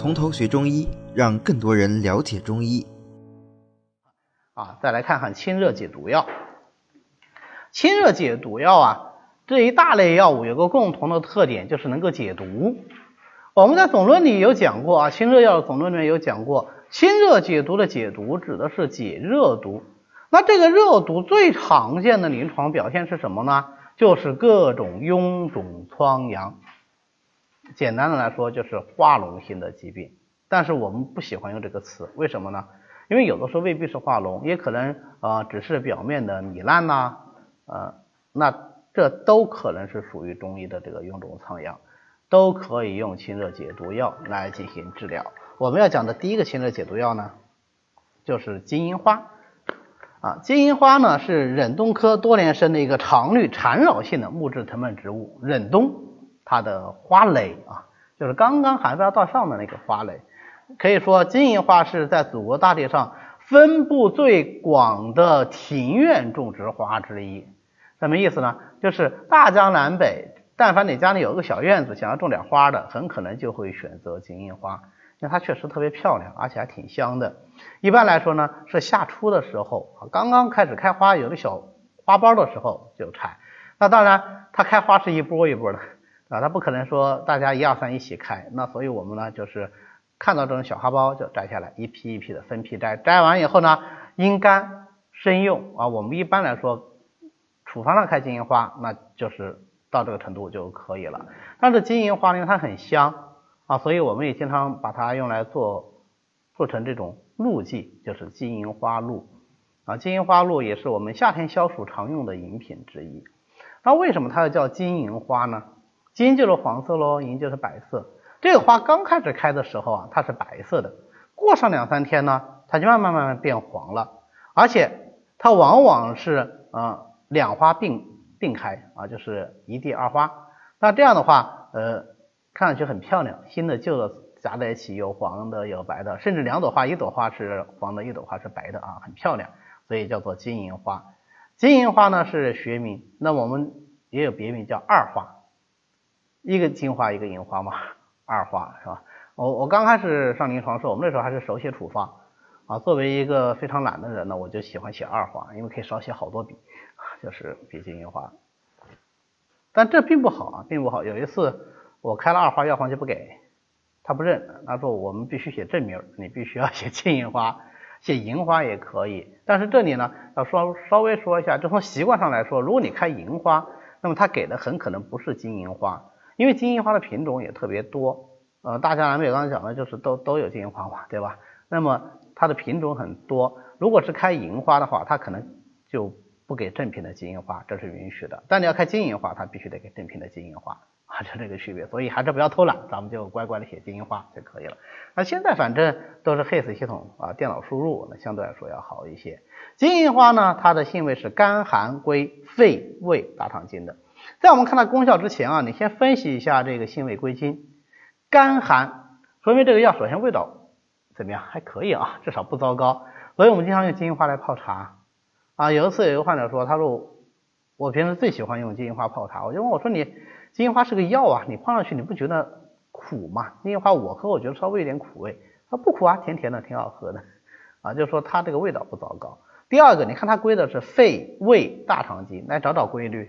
从头学中医，让更多人了解中医。 再来看看清热解毒药。清热解毒药这一大类药物有个共同的特点，就是能够解毒。我们在总论里有讲过清热药的总论里面有讲过，清热解毒的解毒指的是解热毒。那这个热毒最常见的临床表现是什么呢？就是各种臃肿疮疡。简单的来说就是化脓性的疾病，但是我们不喜欢用这个词，为什么呢？因为有的时候未必是化脓，也可能只是表面的糜烂那这都可能是属于中医的这个臃肿疮疡，都可以用清热解毒药来进行治疗。我们要讲的第一个清热解毒药呢，就是金银花。金银花呢是忍冬科多年生的一个常绿缠绕性的木质藤本植物，忍冬它的花蕾就是刚刚含苞待放的那个花蕾。可以说金银花是在祖国大地上分布最广的庭院种植花之一。什么意思呢？就是大江南北，但凡你家里有个小院子，想要种点花的，很可能就会选择金银花，因为它确实特别漂亮，而且还挺香的。一般来说呢，是夏初的时候刚刚开始开花，有的小花苞的时候就采。那当然它开花是一波一波的它不可能说大家1、2、3一起开，那所以我们呢就是看到这种小花苞就摘下来，一批一批的分批摘，摘完以后呢阴干生用我们一般来说处方上开金银花，那就是到这个程度就可以了。但是金银花因为它很香所以我们也经常把它用来做成这种露剂，就是金银花露金银花露也是我们夏天消暑常用的饮品之一。那为什么它要叫金银花呢？金就是黄色咯，银就是白色。这个花刚开始开的时候它是白色的，过上2、3天呢，它就慢慢变黄了，而且它往往是两花并开就是一地二花。那这样的话看上去很漂亮，新的旧的夹在一起，有黄的有白的，甚至2朵花，一朵花是黄的，一朵花是白的很漂亮，所以叫做金银花。金银花呢是学名，那我们也有别名叫二花，一个金花一个银花嘛，二花是吧？我刚开始上临床时，我们那时候还是手写处方作为一个非常懒的人呢，我就喜欢写二花，因为可以少写好多笔，就是笔金银花。但这并不好并不好。有一次我开了二花药方就不给，他不认，他说我们必须写正名，你必须要写金银花，写银花也可以。但是这里呢要稍微说一下，就从习惯上来说，如果你开银花，那么他给的很可能不是金银花，因为金银花的品种也特别多大江南北刚才讲的就是都有金银花嘛，对吧？那么它的品种很多，如果是开银花的话，它可能就不给正品的金银花，这是允许的。但你要开金银花，它必须得给正品的金银花就这个区别。所以还是不要偷懒，咱们就乖乖的写金银花就可以了。那现在反正都是 HACCP 系统电脑输入，那相对来说要好一些。金银花呢，它的性味是甘寒归肺胃大肠经的。在我们看它功效之前你先分析一下这个性味归经。甘寒说明这个药首先味道怎么样？还可以至少不糟糕。所以我们经常用金银花来泡茶有一次有一个患者说，他说我平时最喜欢用金银花泡茶，我就问我说你金银花是个药你泡上去你不觉得苦吗？金银花我喝我觉得稍微有点苦味，他不苦甜甜的挺好喝的就是说它这个味道不糟糕。第二个，你看它归的是肺胃大肠经，来找找规律。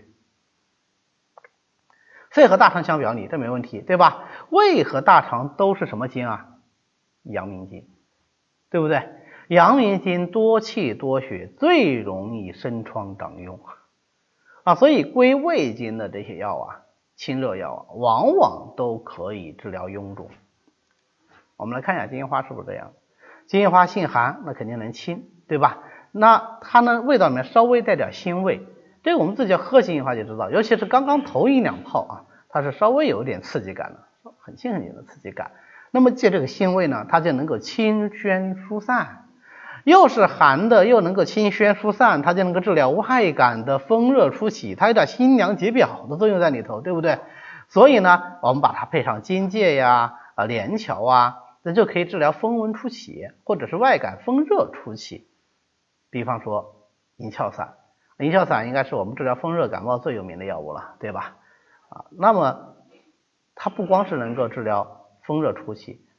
肺和大肠相表里，这没问题，对吧？胃和大肠都是什么经阳明经，对不对？阳明经多气多血，最容易生疮长痈所以归胃经的这些药清热药往往都可以治疗臃肿。我们来看一下金银花是不是这样。金银花性寒，那肯定能清，对吧？那它呢味道里面稍微带点腥味，这个我们自己要喝金银花就知道，尤其是刚刚头1、2泡它是稍微有点刺激感的，很轻的刺激感。那么借这个腥味呢，它就能够清宣疏散，又是寒的又能够清宣疏散，它就能够治疗外感的风热初起，它有点辛凉解表的作用在里头，对不对？所以呢我们把它配上荆芥连翘那就可以治疗风温初起或者是外感风热初起。比方说银翘散，银翘散应该是我们治疗风热感冒最有名的药物了，对吧那么它不光是能够治疗风热初起，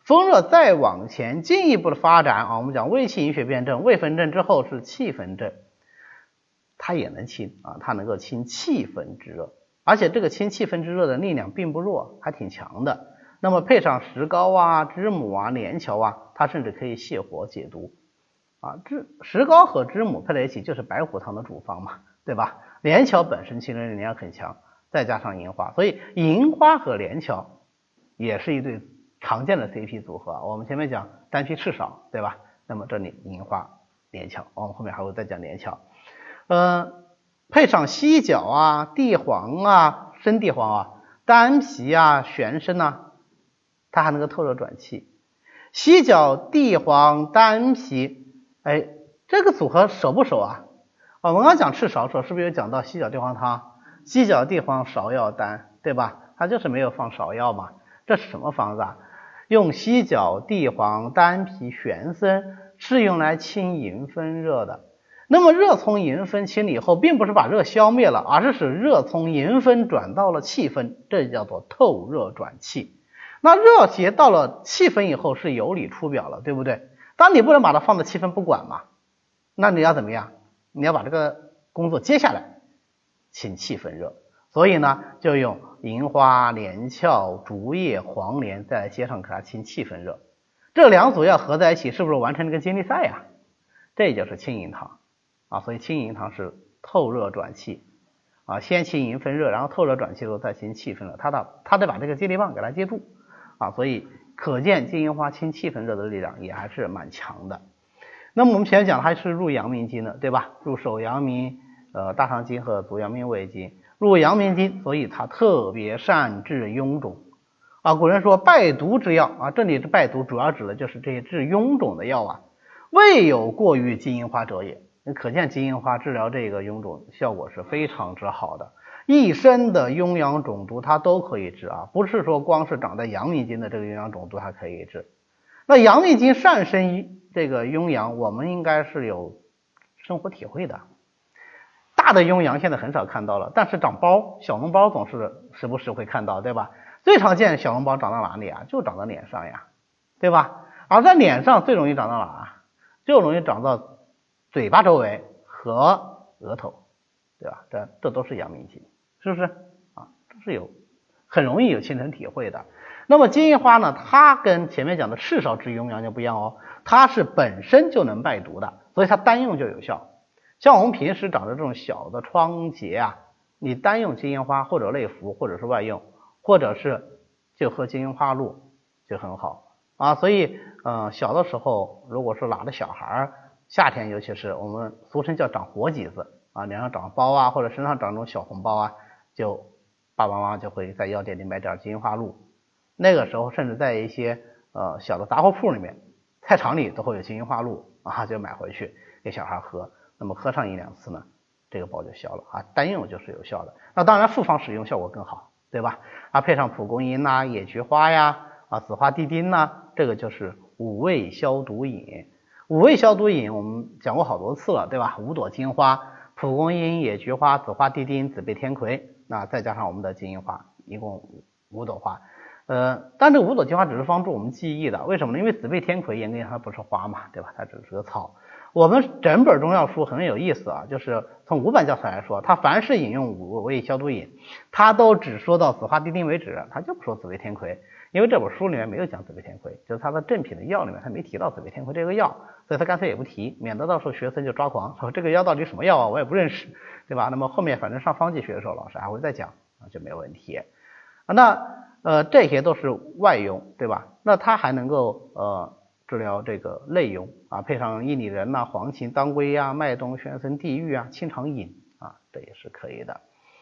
风热再往前进一步的发展啊，我们讲胃气营血辩证，胃分证之后是气分证，它也能清啊，它能够清气分之热，而且这个清气分之热的力量并不弱，还挺强的。那么配上石膏啊、知母啊、连翘啊，它甚至可以泻火解毒啊。石膏和知母配在一起就是白虎汤的主方嘛，对吧？连翘本身清热力量很强，再加上银花，所以银花和连翘也是一对常见的 CP 组合。我们前面讲丹皮赤少，对吧？那么这里银花连翘，我们后面还会再讲连翘。配上犀角啊、地黄啊、生地黄啊、丹皮啊、玄参啊，它还能够透热转气。犀角、地黄、丹皮，哎，这个组合熟不熟啊？我们刚讲赤芍时候是不是有讲到犀角地黄汤？犀角、地黄、芍药、丹，对吧？它就是没有放芍药嘛。这是什么方子啊？用犀角、地黄、丹皮、玄参是用来清营分热的。那么热从营分清理以后，并不是把热消灭了，而是使热从营分转到了气分，这叫做透热转气。那热邪到了气分以后是有理出表了，对不对？当你不能把它放在气分不管嘛，那你要怎么样？你要把这个工作接下来，清气分热。所以呢，就用银花、连翘、竹叶、黄连再来接上给它清气分热。这两组药合在一起，是不是完成这个接力赛呀？这就是清营汤啊。所以清营汤是透热转气啊，先清营分热，然后透热转气之后再清气分热，它得把这个接力棒给它接住啊。所以可见金银花清气分热的力量也还是蛮强的。那么我们前面讲还是入阳明经的，对吧？入手阳明、大肠经和足阳明胃经，入阳明经，所以它特别善治臃肿啊。古人说败毒之药啊，这里的败毒主要指的就是这些治臃肿的药啊，未有过于金银花者也。可见金银花治疗这个臃肿效果是非常之好的，一身的痈疡肿毒它都可以治啊，不是说光是长在阳明经的这个痈疡肿毒它可以治。那阳明经善生这个痈疡，我们应该是有生活体会的。大的痈疡现在很少看到了，但是长包、小脓包总是时不时会看到，对吧？最常见小脓包长到哪里啊？就长到脸上呀，对吧？而在脸上最容易长到哪？就容易长到嘴巴周围和额头，对吧？这都是阳明经，是不是啊？都是有很容易有亲身体会的。那么金银花呢，它跟前面讲的赤芍治痈疡就不一样哦，它是本身就能败毒的，所以它单用就有效。像我们平时长的这种小的疮结啊，你单用金银花或者内服，或者是外用，或者是就喝金银花露就很好啊。所以小的时候如果是哪的小孩，夏天尤其是我们俗称叫长活脊子啊，脸上长包啊，或者身上长这种小红包啊，就爸爸妈妈就会在药店里买点金银花露。那个时候甚至在一些小的杂货铺里面、菜场里都会有金银花露啊，就买回去给小孩喝。那么喝上1-2次呢，这个包就消了啊，单用就是有效的。那当然复方使用效果更好，对吧？啊，配上蒲公英呐、野菊花呀、紫花地丁呐，这个就是五味消毒饮。五味消毒饮我们讲过好多次了，对吧？5朵金花、蒲公英、野菊花、紫花地丁、紫背天葵，那再加上我们的金银花，一共5朵花。但这5朵金花只是帮助我们记忆的，为什么呢？因为紫背天葵严格讲它不是花嘛，对吧？它只是个草。我们整本中药书很有意思啊，就是从5版教材来说，它凡是引用五味消毒饮，它都只说到紫花地丁为止，它就不说紫背天葵，因为这本书里面没有讲紫背天葵，就是它的正品的药里面它没提到紫背天葵这个药，所以它干脆也不提，免得到时候学生就抓狂，说这个药到底什么药啊，我也不认识，对吧？那么后面反正上方剂学的时候，老师还会再讲啊，就没有问题。那这些都是外用，对吧？那它还能够治疗这个内用啊，配上薏米仁呐、黄芩、当归啊、麦冬、玄参、地榆啊、清肠饮啊，这也是可以的。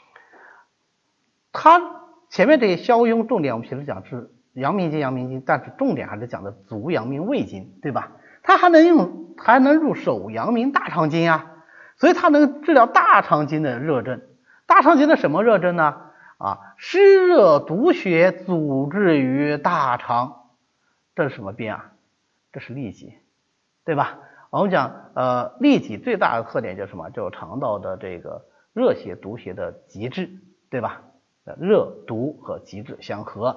它前面这些消痈重点我们平时讲是阳明经，但是重点还是讲的足阳明胃经，对吧？它还能入手阳明大肠经啊，所以它能治疗大肠经的热症。大肠经的什么热症呢？湿热毒血阻滞于大肠，这是什么病啊？这是痢疾，对吧？我们讲痢疾最大的特点就是什么？就是肠道的这个热邪毒邪的极致，对吧？热毒和极致相合。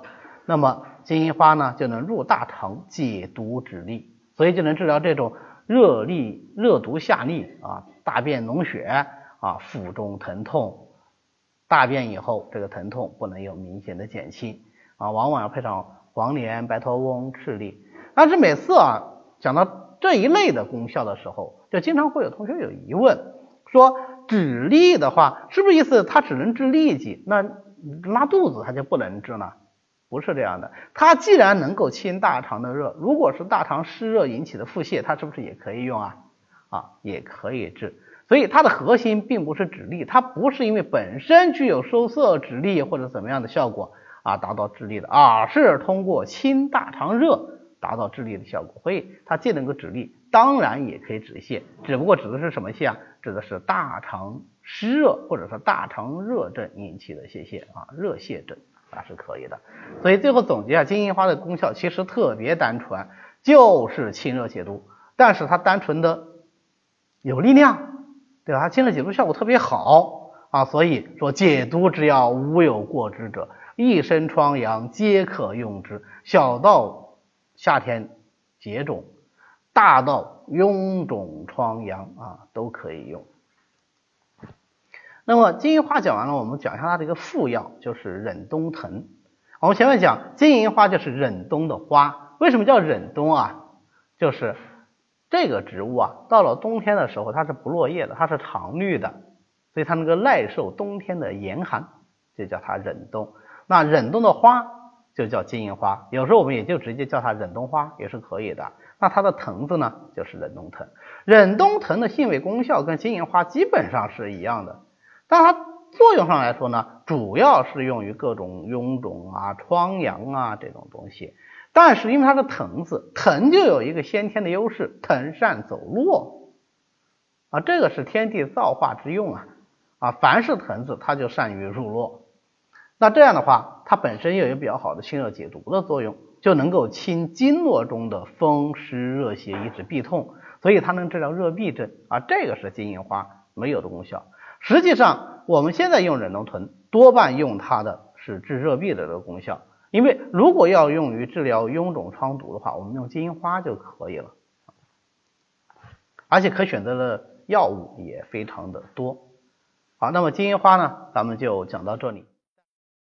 那么金银花呢就能入大肠解毒止痢，所以就能治疗这种热毒下痢啊，大便脓血啊，腹中疼痛，大便以后这个疼痛不能有明显的减轻啊，往往要配上黄连、白头翁、赤粒。但是每次讲到这一类的功效的时候，就经常会有同学有疑问，说止痢的话是不是意思它只能治痢疾，那拉肚子它就不能治呢？不是这样的，它既然能够清大肠的热，如果是大肠湿热引起的腹泻，它是不是也可以用也可以治。所以它的核心并不是止痢，它不是因为本身具有收涩止痢或者怎么样的效果达到治痢的，而是通过清大肠热达到治痢的效果。所以它既能够止痢，当然也可以止泻，只不过指的是什么泻指的是大肠湿热或者是大肠热症引起的泻热泻症是可以的。所以最后总结金银花的功效其实特别单纯，就是清热解毒，但是它单纯的有力量，对吧？它清热解毒效果特别好所以说解毒之药无有过之者，一身疮疡皆可用之，小到夏天结肿，大到臃肿疮疡都可以用。那么金银花讲完了，我们讲一下它的一个副药，就是忍冬藤。我们前面讲金银花就是忍冬的花，为什么叫忍冬就是这个植物到了冬天的时候它是不落叶的，它是常绿的，所以它能够耐受冬天的严寒，就叫它忍冬。那忍冬的花就叫金银花，有时候我们也就直接叫它忍冬花也是可以的。那它的藤子呢就是忍冬藤。忍冬藤的性味功效跟金银花基本上是一样的，但它作用上来说呢，主要是用于各种臃肿疮疡这种东西。但是因为它的藤子，藤就有一个先天的优势，藤善走络这个是天地造化之用凡是藤子它就善于入络。那这样的话，它本身又有比较好的清热解毒的作用，就能够清经络中的风湿热邪，以止痹痛，所以它能治疗热痹症这个是金银花没有的功效。实际上我们现在用忍冬藤多半用它的是治热痹的这个功效，因为如果要用于治疗臃肿疮毒的话，我们用金银花就可以了，而且可选择的药物也非常的多。好，那么金银花呢咱们就讲到这里。